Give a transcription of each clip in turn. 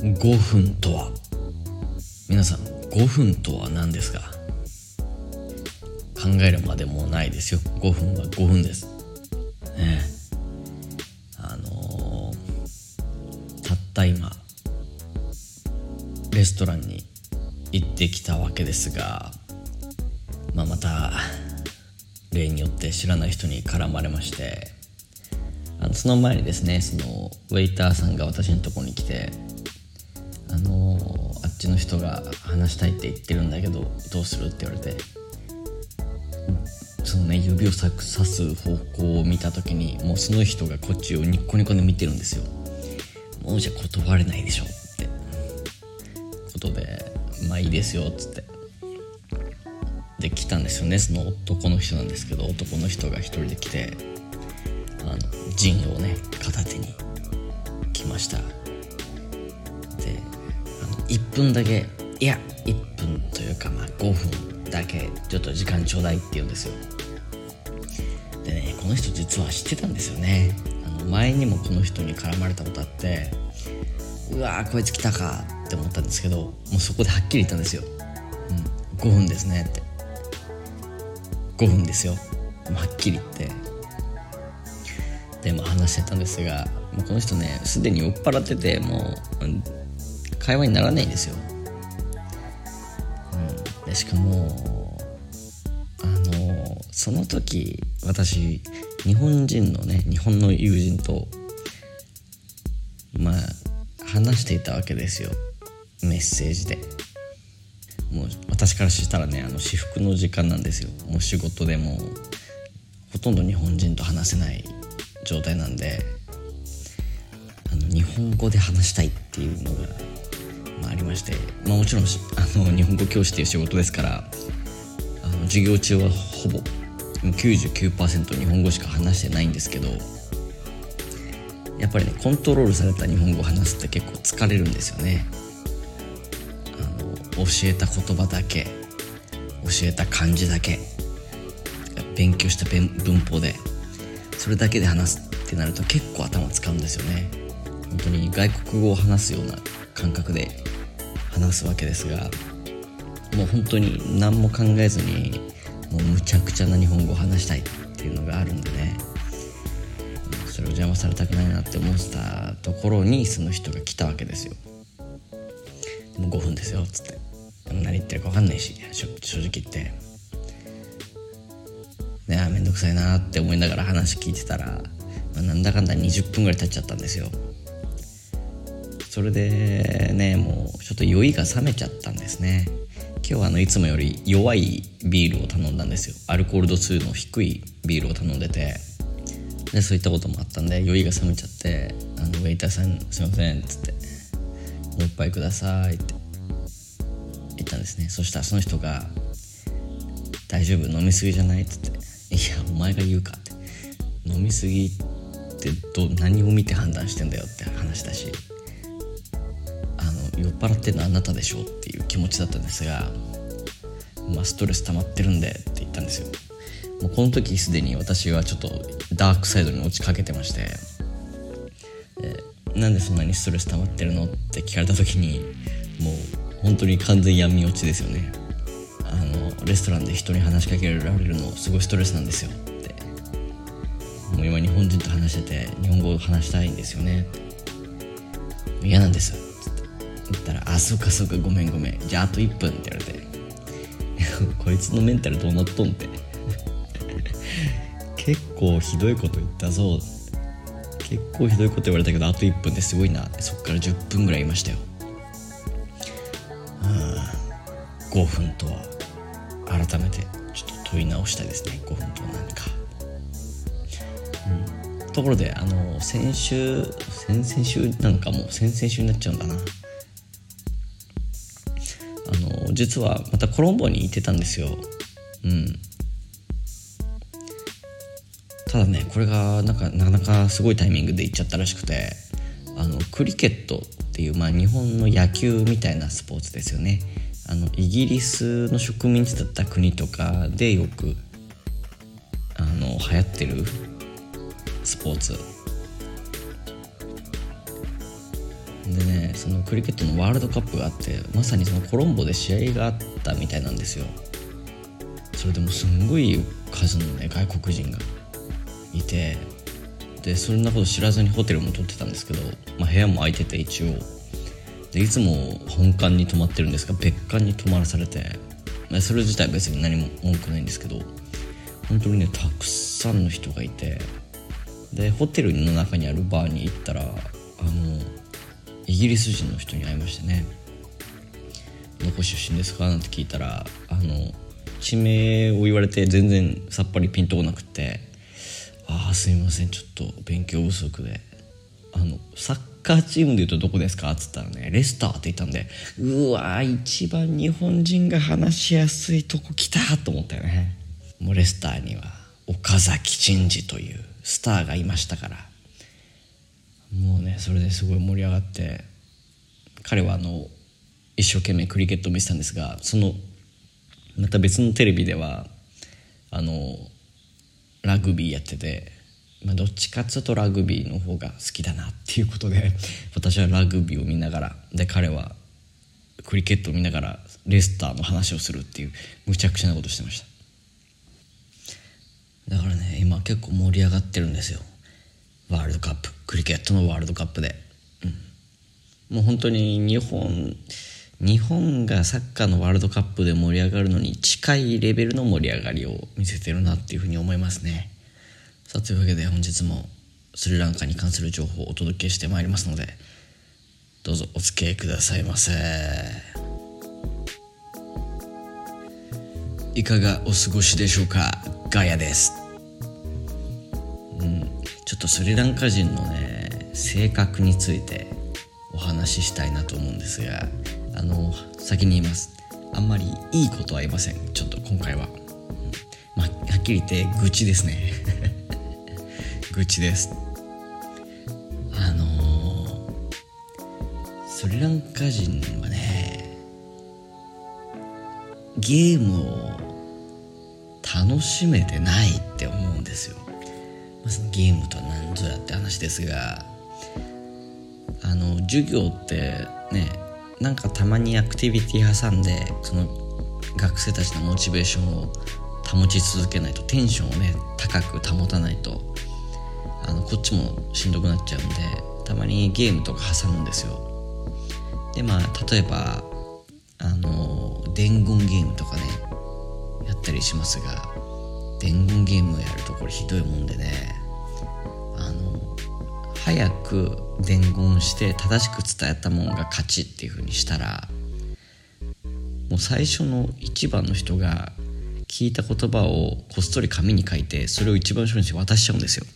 5分とは、皆さん5分とは何ですか？考えるまでもないですよ。5分は5分ですね。たった今レストランに行ってきたわけですが、また例によって知らない人に絡まれまして、その前にですね、そのウェイターさんが私のところに来て、あっちの人が話したいって言ってるんだけどどうするって言われて、そのね、指を指す方向を見た時に、もうその人がこっちをニッコニコで見てるんですよ。もうじゃ断れないでしょってことで、まあいいですよっつってで来たんですよね。その男の人なんですけど、男の人が一人で来て、ジンをね片手に来ました。で1分だけ、いや1分というか5分だけちょっと時間ちょうだいって言うんですよ。でね、この人実は知ってたんですよね。前にもこの人に絡まれたことあって、うわーこいつ来たかって思ったんですけど、もうそこではっきり言ったんですよ。5分ですねって。5分ですよ、はっきり言って。で話してたんですが、もうこの人ねすでに酔っ払ってて、もう会話にならないんですよ。でしかもその時私日本の友人と話していたわけですよ、メッセージで。もう私からしたらね、至福の時間なんですよ。もう仕事でもほとんど日本人と話せない状態なんで、日本語で話したいっていうのが、ありまして、もちろん日本語教師っていう仕事ですから、授業中はほぼ 99% 日本語しか話してないんですけど、やっぱりねコントロールされた日本語を話すって結構疲れるんですよね。教えた言葉だけ、教えた漢字だけ、勉強した文法でそれだけで話すってなると結構頭使うんですよね。本当に外国語を話すような感覚で話すわけですが、もう本当に何も考えずにもうむちゃくちゃな日本語を話したいっていうのがあるんでね、それを邪魔されたくないなって思ってたところにその人が来たわけですよ。もう5分ですよっつって、何言ってるか分かんないし、正直言ってね、めんどくさいなって思いながら話聞いてたら、なんだかんだ20分ぐらい経っちゃったんですよ。それでね、もうちょっと酔いが冷めちゃったんですね。今日はいつもより弱いビールを頼んだんですよ。アルコール度数の低いビールを頼んでて、でそういったこともあったんで酔いが冷めちゃって、ウェイターさんすいませんっつって、もう一杯くださいって言ったんですね。そしたらその人が、大丈夫飲みすぎじゃないっつって、いやお前が言うかって、飲みすぎって何を見て判断してんだよって話だし、酔っ払ってるのはあなたでしょっていう気持ちだったんですが、ストレス溜まってるんでって言ったんですよ。もうこの時すでに私はちょっとダークサイドに落ちかけてまして、なんでそんなにストレス溜まってるのって聞かれた時に、もう本当に完全闇落ちですよね。レストランで人に話しかけられるのすごいストレスなんですよって、もう今日本人と話してて日本語を話したいんですよねって、嫌なんですって言ったら、そうかごめん、じゃああと1分って言われてこいつのメンタルどうなっとんって結構ひどいこと言ったぞ、結構ひどいこと言われたけどあと1分ですごいなって、そっから10分ぐらいいましたよ。5分とは改めてちょっと問い直したいですね。5分とは何か。ところで先々週なんかもう先々週になっちゃうんだな。実はまたコロンボに行ってたんですよ。ただね、これがなかなかすごいタイミングで行っちゃったらしくて、クリケットっていう、日本の野球みたいなスポーツですよね。イギリスの植民地だった国とかでよく流行ってるスポーツでね、そのクリケットのワールドカップがあって、まさにそのコロンボで試合があったみたいなんですよ。それでもすんごい数のね外国人がいて、でそんなこと知らずにホテルも取ってたんですけど、部屋も空いてて一応で、いつも本館に泊まってるんですが別館に泊まらされて、それ自体別に何も文句ないんですけど、本当にねたくさんの人がいて、でホテルの中にあるバーに行ったらイギリス人の人に会いましてね、どこ出身ですかなんて聞いたら地名を言われて全然さっぱりピンとこなくって、すいませんちょっと勉強不足でサッカーチームでいうとどこですかって言ったらねレスターって言ったんで、うわ一番日本人が話しやすいとこ来たと思ったよね。もうレスターには岡崎慎司というスターがいましたから、もうねそれですごい盛り上がって、彼は一生懸命クリケットを見てたんですが、そのまた別のテレビではラグビーやってて、どっちかっつうとラグビーの方が好きだなっていうことで私はラグビーを見ながら、で彼はクリケットを見ながらレスターの話をするっていうむちゃくちゃなことしてました。だからね今結構盛り上がってるんですよ、ワールドカップ、クリケットのワールドカップで、もう本当に日本がサッカーのワールドカップで盛り上がるのに近いレベルの盛り上がりを見せてるなっていうふうに思いますね。さあというわけで本日もスリランカに関する情報をお届けしてまいりますので、どうぞお付き合いくださいませ。いかがお過ごしでしょうか。ガヤです。ちょっとスリランカ人のね性格についてお話ししたいなと思うんですが、先に言います。あんまりいいことは言いません。ちょっと今回は、はっきり言って愚痴ですね愚痴です。スリランカ人はねゲームを楽しめてないって思うんですよ。そのゲームとは何ぞやって話ですが、授業ってねなんかたまにアクティビティ挟んでその学生たちのモチベーションを保ち続けないと、テンションをね高く保たないとこっちもしんどくなっちゃうんで、たまにゲームとか挟むんですよ。で例えば伝言ゲームとかねやったりしますが、伝言ゲームをやるとこれひどいもんでね、早く伝言して正しく伝えたもんが勝ちっていう風にしたら、もう最初の一番の人が聞いた言葉をこっそり紙に書いて、それを一番後ろにして渡しちゃうんですよ。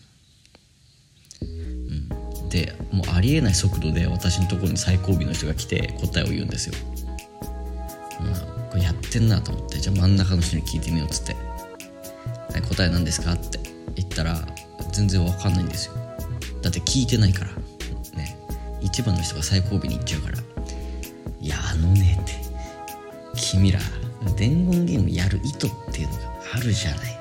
でもうありえない速度で私のところに最後尾の人が来て答えを言うんですよ。これやってんなと思って、じゃあ真ん中の人に聞いてみようっつって、答え何ですかって言ったら全然わかんないんですよ。だって聞いてないからね。一番の人が最後尾に行っちゃうから、いやねって君ら伝言ゲームやる意図っていうのがあるじゃないって。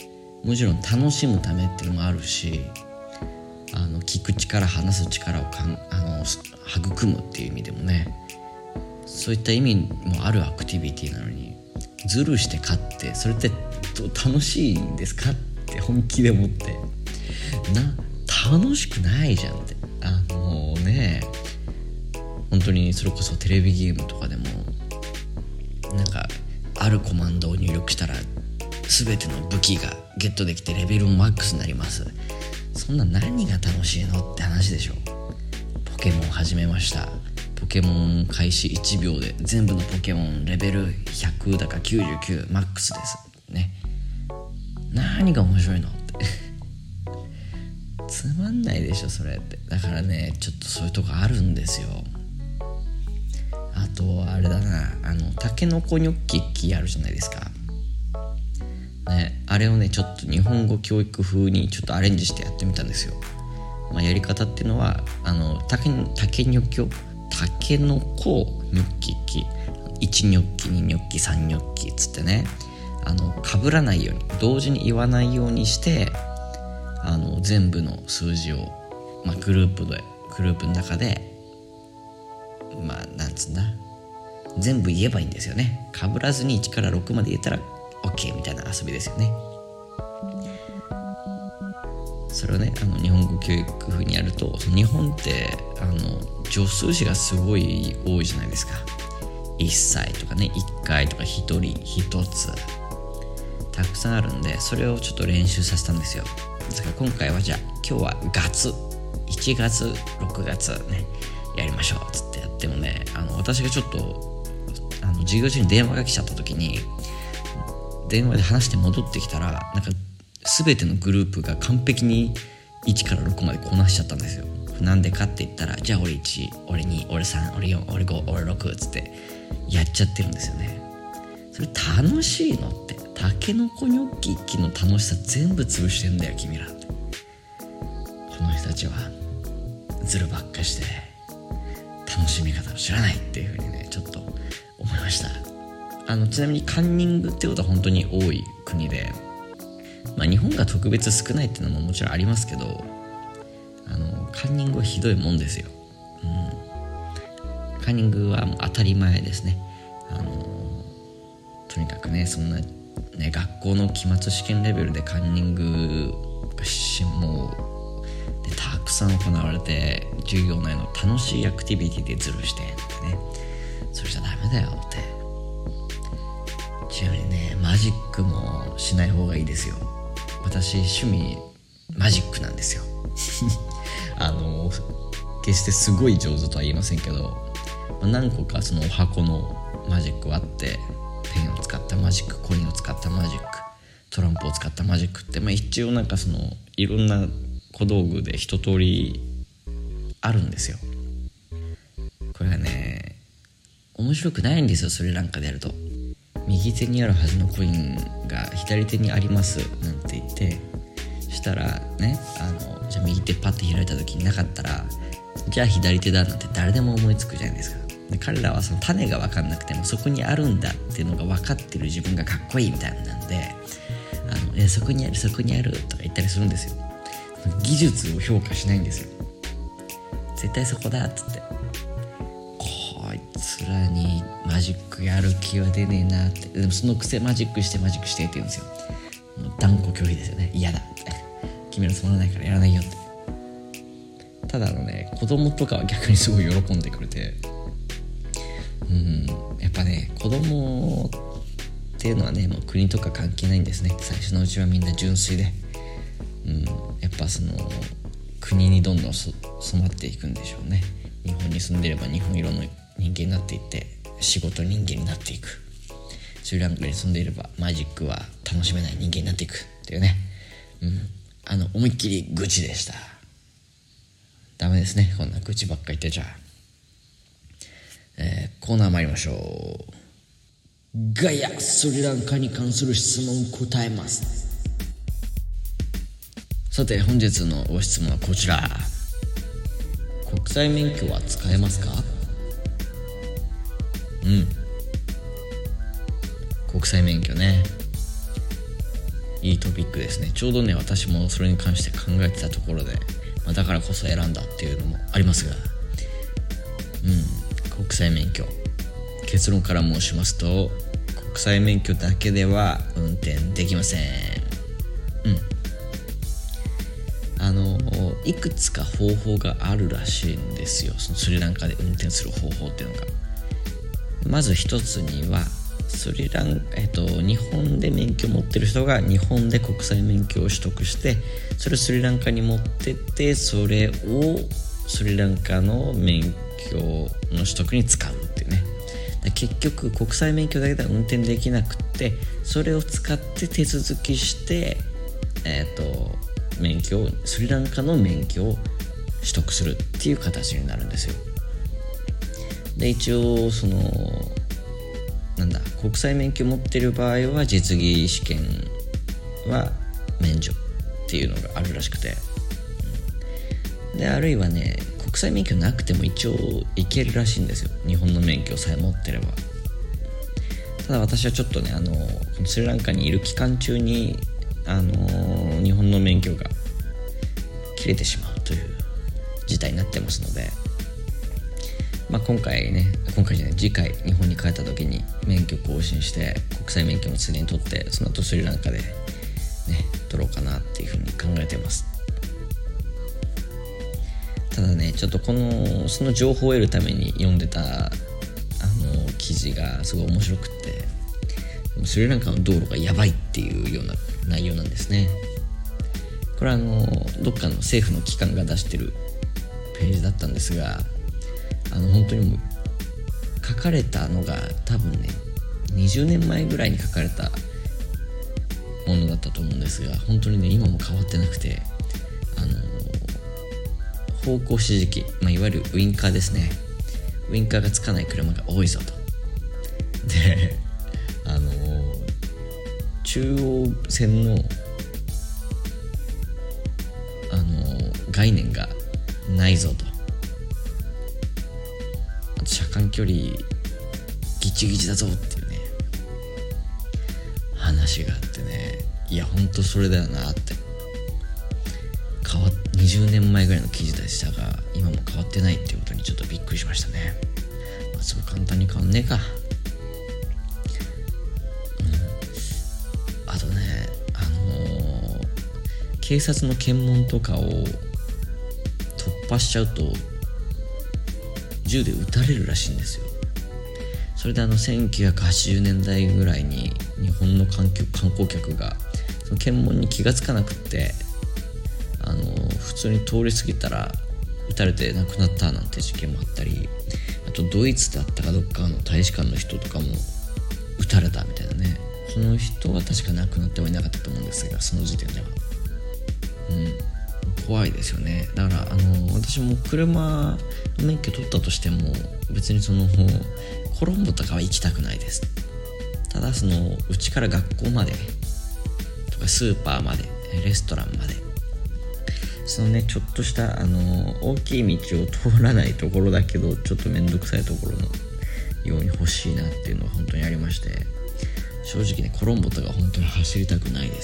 もちろん楽しむためっていうのもあるし、聞く力話す力を育むっていう意味でもね、そういった意味もあるアクティビティなのに、ズルして勝ってそれって楽しいんですかって本気で思って、楽しくないじゃんって。本当にそれこそテレビゲームとかでもなんかあるコマンドを入力したら全ての武器がゲットできてレベルもマックスになります。そんな何が楽しいのって話でしょ。ポケモン始めました。ポケモン開始1秒で全部のポケモンレベル100だか99マックスですね。何が面白いのってつまんないでしょそれって。だからねちょっとそういうとこあるんですよ。あとあれだな、タケノコニョッキッキあるじゃないですかね。あれをねちょっと日本語教育風にちょっとアレンジしてやってみたんですよ。やり方っていうのはタケノコニョッキッキ1ニョッキ2ニョッキ3ニョッキつってね、被らないように同時に言わないようにして全部の数字を、グループグループの中でなんつうんだ、全部言えばいいんですよね。被らずに1から6まで言えたら OK みたいな遊びですよね。それをね日本語教育風にやると、日本って助数詞がすごい多いじゃないですか。1歳とかね、1回とか1人1つたくさんあるんで、それをちょっと練習させたんですよ。ですから今回はじゃあ今日は1月6月ねやりましょうつってやってもね、私がちょっと授業中に電話が来ちゃった時に、電話で話して戻ってきたらなんか全てのグループが完璧に1から6までこなしちゃったんですよ。なんでかって言ったら、じゃあ俺1俺2俺3俺4俺5俺6つってやっちゃってるんですよね。それ楽しいのって、タケノコニョッキッキの楽しさ全部潰してんだよ君らって。この人たちはズルばっかして楽しみ方を知らないっていう風にねちょっと思いました。ちなみにカンニングってことは本当に多い国で、日本が特別少ないっていうのももちろんありますけど、カンニングはひどいもんですよ。カンニングはもう当たり前ですね。とにかくね、そんなね学校の期末試験レベルでカンニングがもうでたくさん行われて、授業内の楽しいアクティビティでズルしてってね、それじゃダメだよって。ちなみにね、マジックもしない方がいいですよ。私趣味マジックなんですよ決してすごい上手とは言いませんけど、何個かそのお箱のマジックはあって、ペンを使ったマジック、コインを使ったマジック、トランプを使ったマジックって、一応なんかそのいろんな小道具で一通りあるんですよ。これがね面白くないんですよ。スリランカでやると、右手にあるはずのコインが左手にありますなんて言って、したらねじゃあ右手パッて開いた時になかったら、じゃあ左手だなんて誰でも思いつくじゃないですか。で彼らはその種が分かんなくてもそこにあるんだっていうのが分かってる自分がかっこいいみたいなんで、そこにあるそこにあるとか言ったりするんですよ。技術を評価しないんですよ。絶対そこだっつって、こいつらにマジックやる気は出ねえなって。でもそのくせマジックしてって言うんですよ。断固拒否ですよね。嫌だって君らつまらないからやらないよって。ただ子供とかは逆にすごい喜んでくれて、やっぱね子供っていうのはねもう国とか関係ないんですね。最初のうちはみんな純粋で、やっぱその国にどんどん染まっていくんでしょうね。日本に住んでれば日本色の人間になっていって仕事人間になっていく。スリランカに住んでいればマジックは楽しめない人間になっていくっていうね、思いっきり愚痴でした。ダメですね、こんな愚痴ばっか言ってちゃ。コーナー参りましょう。ガヤスリランカに関する質問答えます。さて本日のご質問はこちら。国際免許は使えますか？国際免許ね、いいトピックですね。ちょうどね私もそれに関して考えてたところで、だからこそ選んだっていうのもありますが、国際免許、結論から申しますと国際免許だけでは運転できません。いくつか方法があるらしいんですよ。そのスリランカで運転する方法っていうのが、まず一つには日本で免許を持ってる人が日本で国際免許を取得して、それをスリランカに持ってって、それをスリランカの免許の取得に使うっていうね。結局国際免許だけでは運転できなくって、それを使って手続きしてスリランカの免許を取得するっていう形になるんですよ。で一応国際免許持ってる場合は実技試験は免除っていうのがあるらしくて、であるいはね国際免許なくても一応いけるらしいんですよ、日本の免許さえ持ってれば。ただ私はちょっとねスリランカにいる期間中に日本の免許が切れてしまうという事態になってますので、次回日本に帰った時に免許更新して国際免許も常に取って、その後スリランカでね取ろうかなっていうふうに考えてます。ただね、ちょっとその情報を得るために読んでた記事がすごい面白くって、スリランカの道路がやばいっていうような内容なんですね。これはどっかの政府の機関が出してるページだったんですが、本当にもう書かれたのが多分ね20年前ぐらいに書かれたものだったと思うんですが、本当にね今も変わってなくて、方向指示器、いわゆるウインカーですね。ウインカーがつかない車が多いぞと。で中央線の概念がないぞと。あと車間距離ギチギチだぞっていうね話があってね、いやほんとそれだよなって。20年前ぐらいの記事でしたが、今も変わってないっていうことにちょっとびっくりしましたね。そう簡単に変わんねえか。あとね警察の検問とかを突破しちゃうと銃で撃たれるらしいんですよ。それで1980年代ぐらいに日本の観光客がその検問に気がつかなくって普通に通り過ぎたら撃たれて亡くなったなんて事件もあったり、あとドイツだったかどっかの大使館の人とかも撃たれたみたいなね。その人は確か亡くなってはいなかったと思うんですが、その時点では怖いですよね。だから私も車の免許取ったとしても別にコロンボとかは行きたくないです。ただうちから学校までとかスーパーまでレストランまでちょっとした大きい道を通らないところだけどちょっとめんどくさいところのように欲しいなっていうのが本当にありまして、正直ねコロンボとか本当に走りたくないです。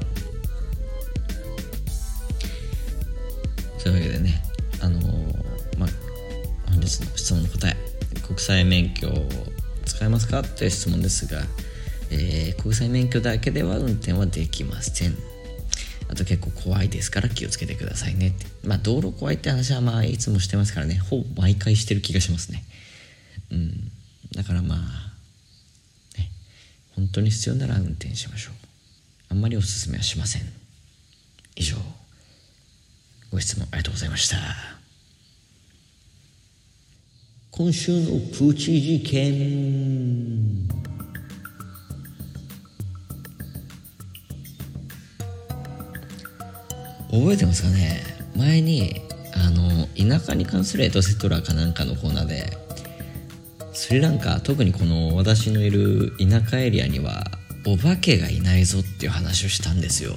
というわけでね本日の質問の答え、国際免許を使えますかという質問ですが、国際免許だけでは運転はできません。あと結構怖いですから気をつけてくださいねって。道路怖いって話はいつもしてますからね、ほぼ毎回してる気がしますね。だから本当に必要なら運転しましょう。あんまりおすすめはしません。以上、ご質問ありがとうございました。今週のプチ事件。覚えてますかね。前に田舎に関するエトセトラかなんかのコーナーで、スリランカ、特にこの私のいる田舎エリアにはお化けがいないぞっていう話をしたんですよ。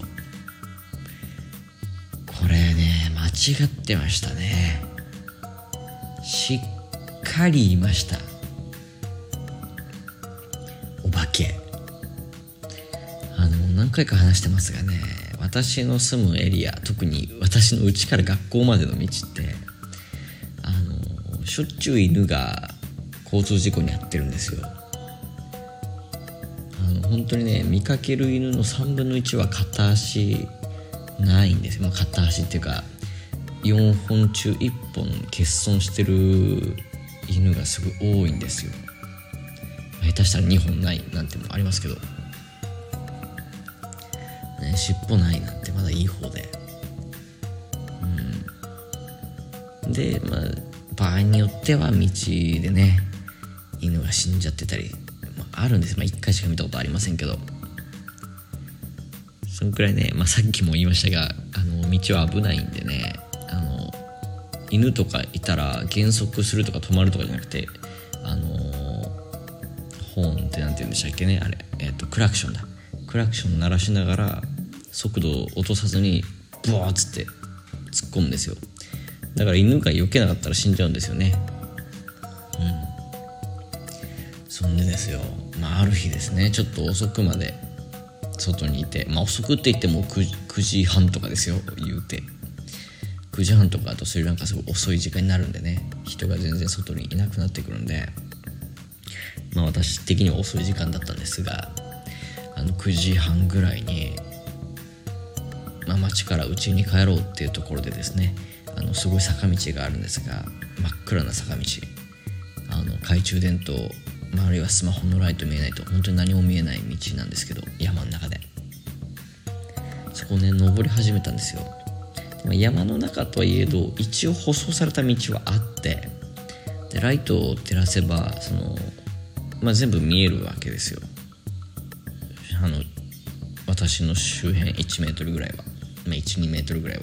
これね間違ってましたね。しっかり言いました。お化け何回か話してますがね、私の住むエリア、特に私の家から学校までの道ってしょっちゅう犬が交通事故に遭ってるんですよ。本当にね見かける犬の3分の1は片足ないんですよ。片足っていうか4本中1本欠損してる犬がすごい多いんですよ。下手したら2本ないなんてもありますけど、尻尾ないなんてまだいい方で、で場合によっては道でね犬が死んじゃってたり、あるんです。1回しか見たことありませんけど、そのくらいね、さっきも言いましたが道は危ないんでね、犬とかいたら減速するとか止まるとかじゃなくてホーンってなんて言うんでしたっけね、あれ、クラクション鳴らしながら速度を落とさずにブワーッつって突っ込むんですよ。だから犬が避けなかったら死んじゃうんですよね。そんでですよ、ある日ですね、ちょっと遅くまで外にいて、遅くって言っても 9時半とかですよ言うて。 9時半とかだとスリランカすごい遅い時間になるんでね、人が全然外にいなくなってくるんで、私的には遅い時間だったんですが、9時半ぐらいに、町から家に帰ろうっていうところでですね、すごい坂道があるんですが、真っ暗な坂道、懐中電灯、あるいはスマホのライト見えないと本当に何も見えない道なんですけど、山の中でそこをね登り始めたんですよ。山の中とはいえど一応舗装された道はあって、でライトを照らせば全部見えるわけですよ。私の周辺1メートルぐらいは、1、2メートルぐらい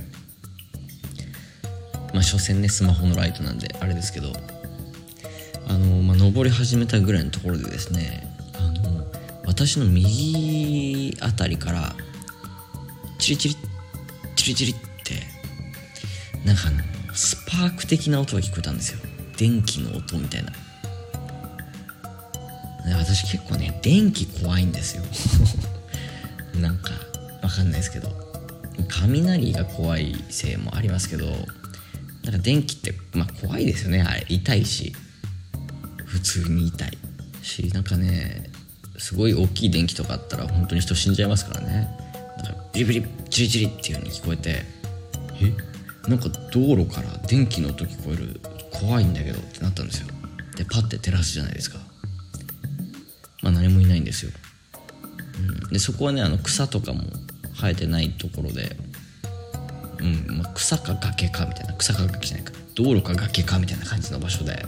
は、所詮ねスマホのライトなんであれですけど、登り始めたぐらいのところでですね、私の右あたりからチリチリチリチリってなんかスパーク的な音が聞こえたんですよ。電気の音みたいな。私結構ね電気怖いんですよなんかわかんないですけど、雷が怖いせいもありますけど、なんか電気って怖いですよね。あれ痛いし、普通に痛いし、なんかねすごい大きい電気とかあったら本当に人死んじゃいますからね。なんかビリビリチリチリっていう風に聞こえて、なんか道路から電気の音聞こえる、怖いんだけどってなったんですよ。でパッて照らすじゃないですか。何もいないんですよ。でそこはね草とかも生えてないところで、草か崖かみたいな、草か崖じゃないか、道路か崖かみたいな感じの場所で、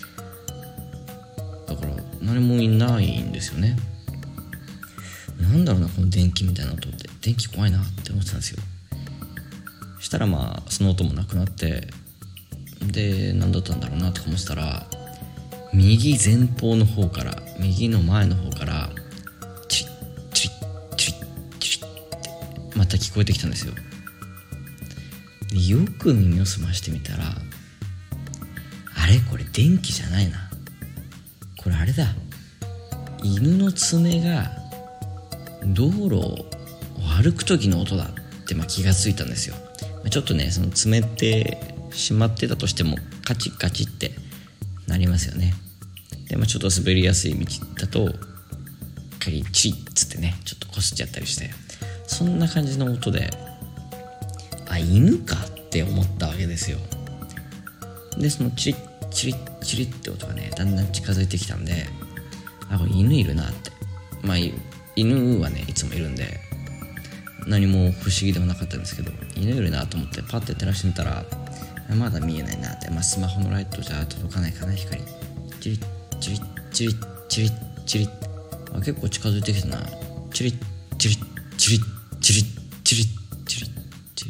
だから何もいないんですよね。なんだろうなこの電気みたいな音って、電気怖いなって思ってたんですよ。したらその音もなくなって、で何だったんだろうなとか思ってたら、右前方の方から、右の前の方からチリッチリッチリッチリッってまた聞こえてきたんですよ。よく耳を澄ましてみたら、あれこれ電気じゃないな、これあれだ、犬の爪が道路を歩く時の音だって気がついたんですよ。ちょっとねその爪ってしまってたとしてもカチッカチッってなりますよね。でちょっと滑りやすい道だとカリチッつってねちょっとこすっちゃったりして、そんな感じの音で、犬かって思ったわけですよ。でそのチリッチリッチリッって音がねだんだん近づいてきたんで、これ犬いるなって、犬はねいつもいるんで何も不思議ではなかったんですけど、犬いるなと思ってパッて照らしてみたらまだ見えないなって、スマホのライトじゃ届かないかな、光チリッチリッチリッチリッチリッ、結構近づいてきたな、チリッチリッチリッチリッチリッチリッチリ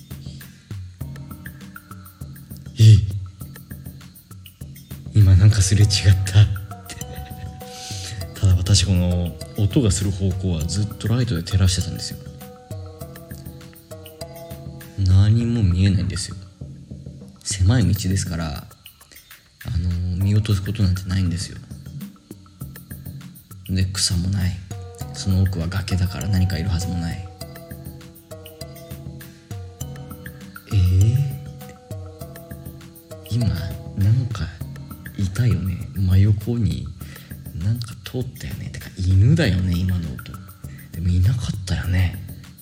ッ、今なんかすれ違ったってただ私この音がする方向はずっとライトで照らしてたんですよ。何も見えないんですよ。狭い道ですから見落とすことなんてないんですよ。で草もない、その奥は崖だから何かいるはずもない。今なんかいたよね、真横になんか通ったよね、てか犬だよね今の音、でもいなかったよね。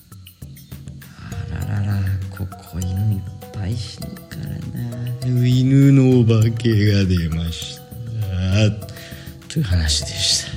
あららら、ここ犬いっぱい死ぬからな、犬のお化けが出ましたという話でした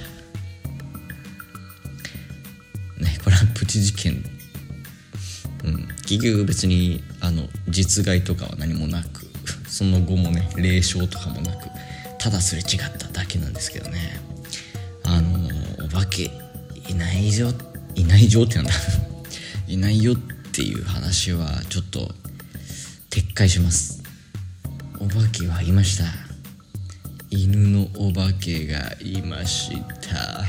ね。これはプチ事件、結局別に実害とかは何もなく、その後もね霊障とかもなく、ただすれ違っただけなんですけどね。お化けいないよってなんだいないよっていう話はちょっと撤回します。お化けはいました。犬のお化けがいました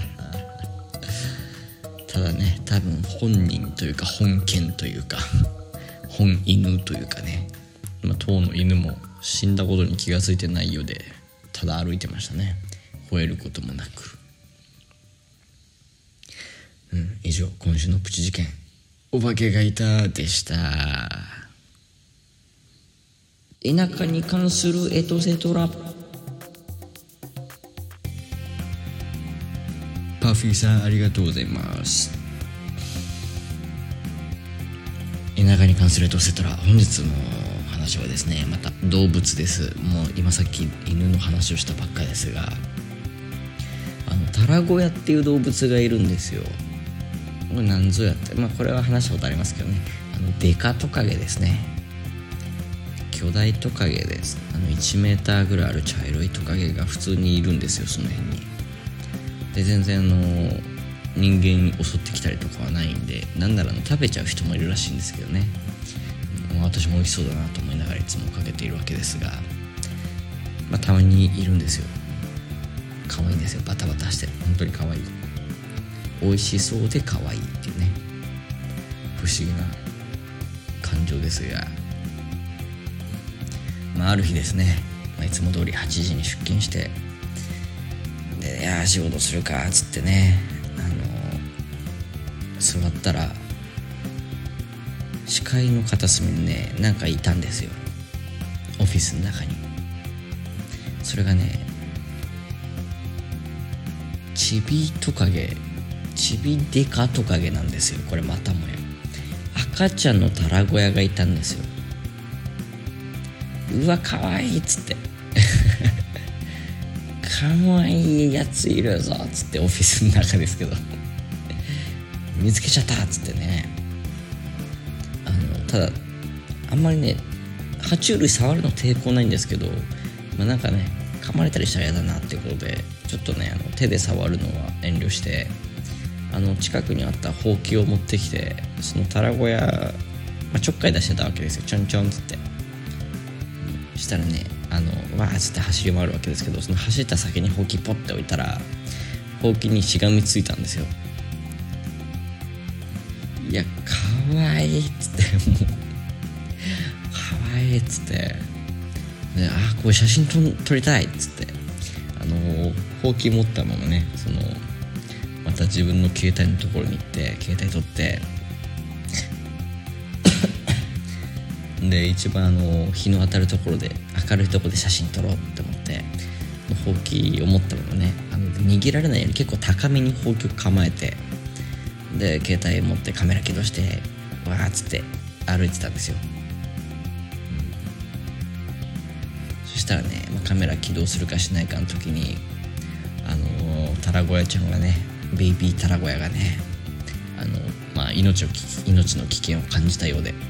ただね多分本人というか本犬というか本犬というかね、当の犬も死んだことに気がついてないようで、ただ歩いてましたね。吠えることもなく。以上、今週のプチ事件、お化けがいたでした。 田舎に関するエトセトラ。パフィーさんありがとうございます。田舎に関するエトセトラ、本日の話はですね、また動物です。もう今さっき犬の話をしたばっかですが、タラゴヤっていう動物がいるんですよ。これ何ぞやって、これは話したことありますけどね、デカトカゲですね。巨大トカゲです。1メーターぐらいある茶色いトカゲが普通にいるんですよ、その辺に。で全然人間に襲ってきたりとかはないんで、なんなら食べちゃう人もいるらしいんですけどね。私も美味しそうだなと思いながらいつもかけているわけですが、たまにいるんですよ。可愛いんですよ、バタバタして本当に可愛い。美味しそうで可愛いっていうね、不思議な感情ですが、ある日ですね、いつも通り8時に出勤して、でいや仕事するかっつってね、座ったら視界の片隅にね、なんかいたんですよ、オフィスの中に。それがね、チビトカゲ、チビデカトカゲなんですよ。これまたもや赤ちゃんのタラゴヤがいたんですよ。うわかわいいっつってかわいいやついるぞっつって、オフィスの中ですけど見つけちゃったっつってね。ただあんまりね、爬虫類触るの抵抗ないんですけど、なんかね、噛まれたりしたら嫌だなっていうことで、ちょっとね手で触るのは遠慮して、近くにあったほうきを持ってきて、そのタラゴヤ、ちょっかい出してたわけですよ。ちょんちょんっつって。したらね、わーっつって走り回るわけですけど、その走った先にほうきポッて置いたら、ほうきにしがみついたんですよ。いやかわいいっつってもうかわいいっつって、でこれ写真撮りたいっつって、ほうき持ったままね、また自分の携帯のところに行って携帯撮ってで一番日の当たるところで、明るいところで写真撮ろうって思って、ほうきを持ったままね、逃げられないように結構高めにほうきを構えて、で携帯持ってカメラ起動してわーっつって歩いてたんですよ。そしたらね、カメラ起動するかしないかの時にタラゴヤちゃんがね、ベイビータラゴヤがね、命の危険を感じたようで、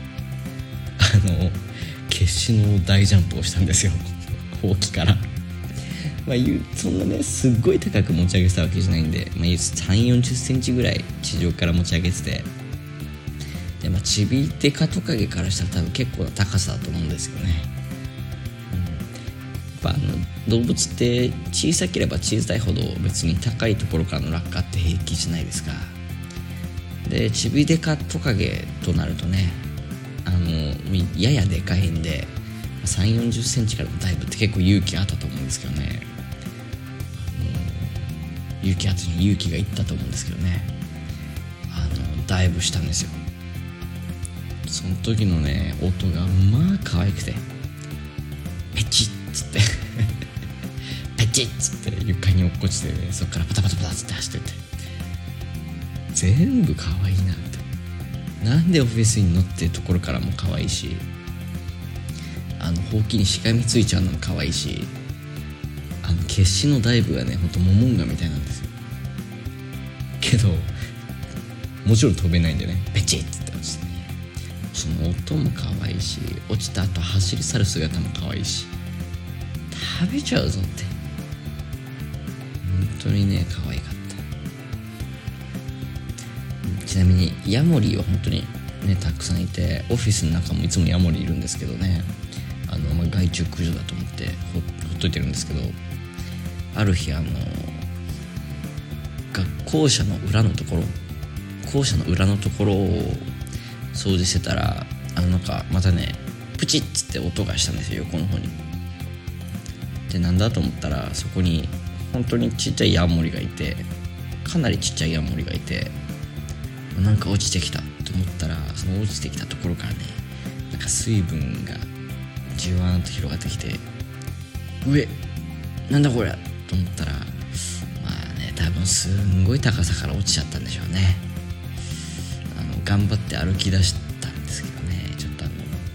決死の大ジャンプをしたんですよほうきからそんなねすっごい高く持ち上げてたわけじゃないんで、3、40センチぐらい地上から持ち上げてて、でチビデカトカゲからしたら多分結構な高さだと思うんですよね。動物って小さければ小さいほど別に高いところからの落下って平気じゃないですか。でチビデカトカゲとなるとね、ややでかいんで3、40センチからのダイブって結構勇気あったと思うんですけどね。勇気がいったと思うんですけどね、ダイブしたんですよ。その時のね音が可愛くて、ペチッつってペチッつって床に落っこちて、ね、そっからパタパタパタつって走ってて、全部可愛いなって。なんでオフィスに乗ってるところからも可愛いし、ほうきにしがみついちゃうのも可愛いし、決死のダイブがね、ほんとモモンガみたいなんですよ。けどもちろん飛べないんでね、ペチッつって落ちてね、その音も可愛いし、落ちた後走り去る姿も可愛いし、食べちゃうぞって、本当にね可愛かった。ちなみにヤモリは本当にねたくさんいて、オフィスの中もいつもヤモリいるんですけどね、害虫駆除だと思ってほっといてるんですけど、ある日学校舎の裏のところを掃除してたら、なんかまたねプチッつって音がしたんですよ、横の方に。でなんだと思ったら、そこに本当にちっちゃいヤモリがいて、かなりちっちゃいヤモリがいて、なんか落ちてきたと思ったら、その落ちてきたところからね、なんか水分がじわーんと広がってきて、上なんだこれと思ったら、まあね、多分すんごい高さから落ちちゃったんでしょうね。頑張って歩き出したんですけどね、ちょっと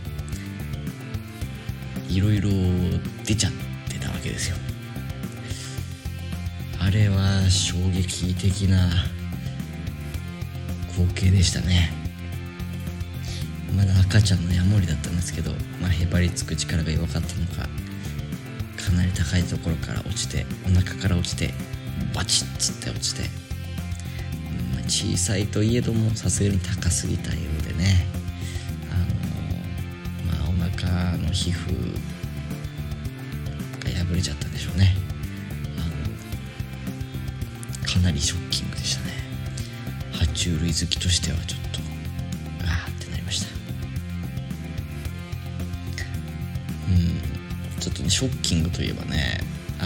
いろいろ出ちゃってたわけですよ。あれは衝撃的な光景でしたね。まだ赤ちゃんのヤモリだったんですけど、へばりつく力が弱かったのか、かなり高いところから落ちて、お腹から落ちてバチッつって落ちて、小さいといえどもさすがに高すぎたようでね、お腹の皮膚が破れちゃったんでしょうね。かなりショッキングでしたね。爬虫類好きとしてはちょっとってなりました。ちょっとね、ショッキングといえばね、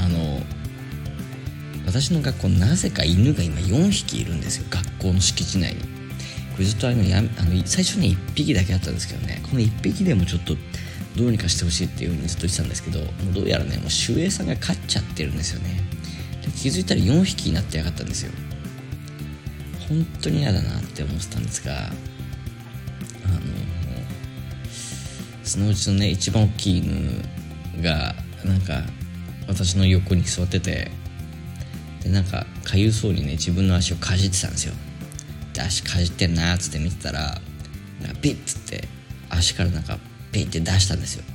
私の学校なぜか犬が今4匹いるんですよ、学校の敷地内に。これずっと最初に1匹だけあったんですけどね、この1匹でもちょっとどうにかしてほしいっていう風にずっと言ってたんですけど、もうどうやらね、もう守衛さんが飼っちゃってるんですよね。で、気づいたら4匹になってやがったんですよ。本当に嫌だなって思ってたんですが、そのうちのね、一番大きい犬がなんか私の横に座ってて、でなんかかゆそうにね、自分の足をかじってたんですよ。で、足かじってんなーっつって見てたら、なんかピッつって足からなんかピッって出したんですよ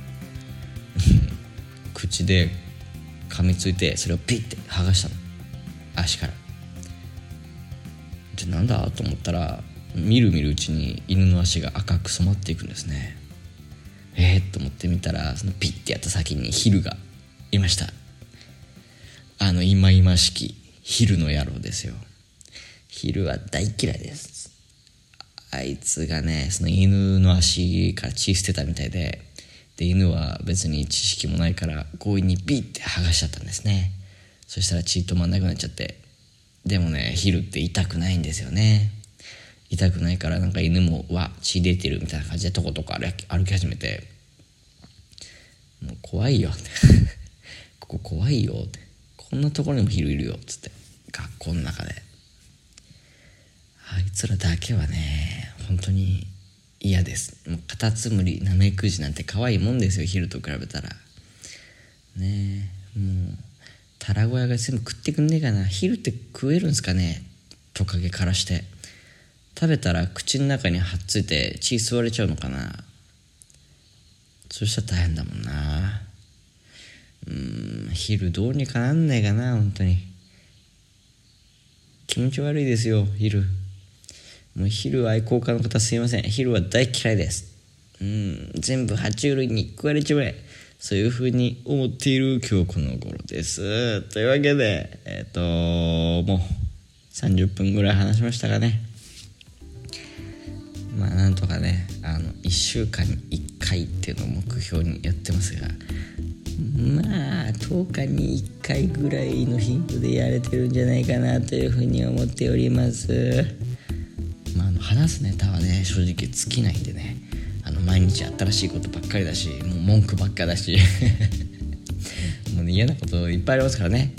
口で噛みついて、それをピッって剥がしたの、足から。で、なんだと思ったら、みるみるうちに犬の足が赤く染まっていくんですね。と思ってみたら、そのピッてやった先にヒルがいました。いまいましきヒルの野郎ですよ。ヒルは大嫌いです。あいつがね、その犬の足から血捨てたみたいで、犬は別に知識もないから強引にピッて剥がしちゃったんですね。そしたら血止まんなくなっちゃって、でもね、ヒルって痛くないんですよね。痛くないから、なんか犬も血出てるみたいな感じでとことこ歩き始めて、もう怖いよってここ怖いよって、こんなところにもヒルいるよっつって、学校の中であいつらだけはね、本当に嫌です。もうカタツムリ、ナメクジなんて可愛いもんですよ、ヒルと比べたらね。もうタラゴヤが全部食ってくんねえかな。ヒルって食えるんすかね、トカゲからして。食べたら口の中にはっついて血吸われちゃうのかな。そしたら大変だもんな。ヒルどうにかなんないかな。本当に気持ち悪いですよ、ヒル。もうヒル愛好家の方すいません、ヒルは大嫌いです。全部爬虫類に食われちまえ、そういう風に思っている今日この頃です。というわけでもう30分ぐらい話しましたかね。なんとかね、1週間に1回っていうのを目標にやってますが、10日に1回ぐらいの頻度でやれてるんじゃないかなというふうに思っております。話すネタはね、正直尽きないんでね、毎日新しいことばっかりだし、もう文句ばっかだしもうね、嫌なこといっぱいありますからね。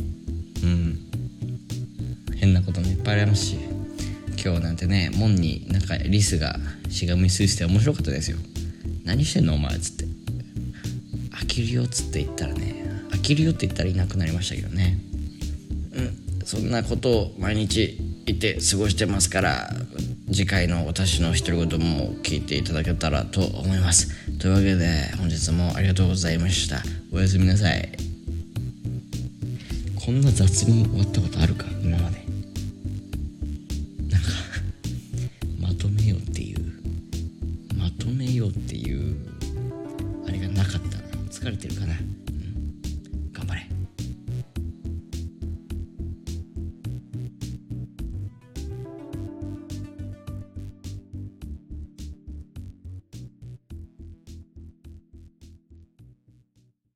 変なこともいっぱいありますし、今日なんてね、門になんかリスがしがみついてて面白かったですよ。何してんのお前っつって、飽きるよっつって言ったらね、飽きるよって言ったらいなくなりましたけどね。そんなことを毎日言って過ごしてますから、次回の私の独り言も聞いていただけたらと思います。というわけで本日もありがとうございました。おやすみなさい。こんな雑に終わったことあるか、今まで。なんかまとめようっていうあれがなかったな。疲れてるかな。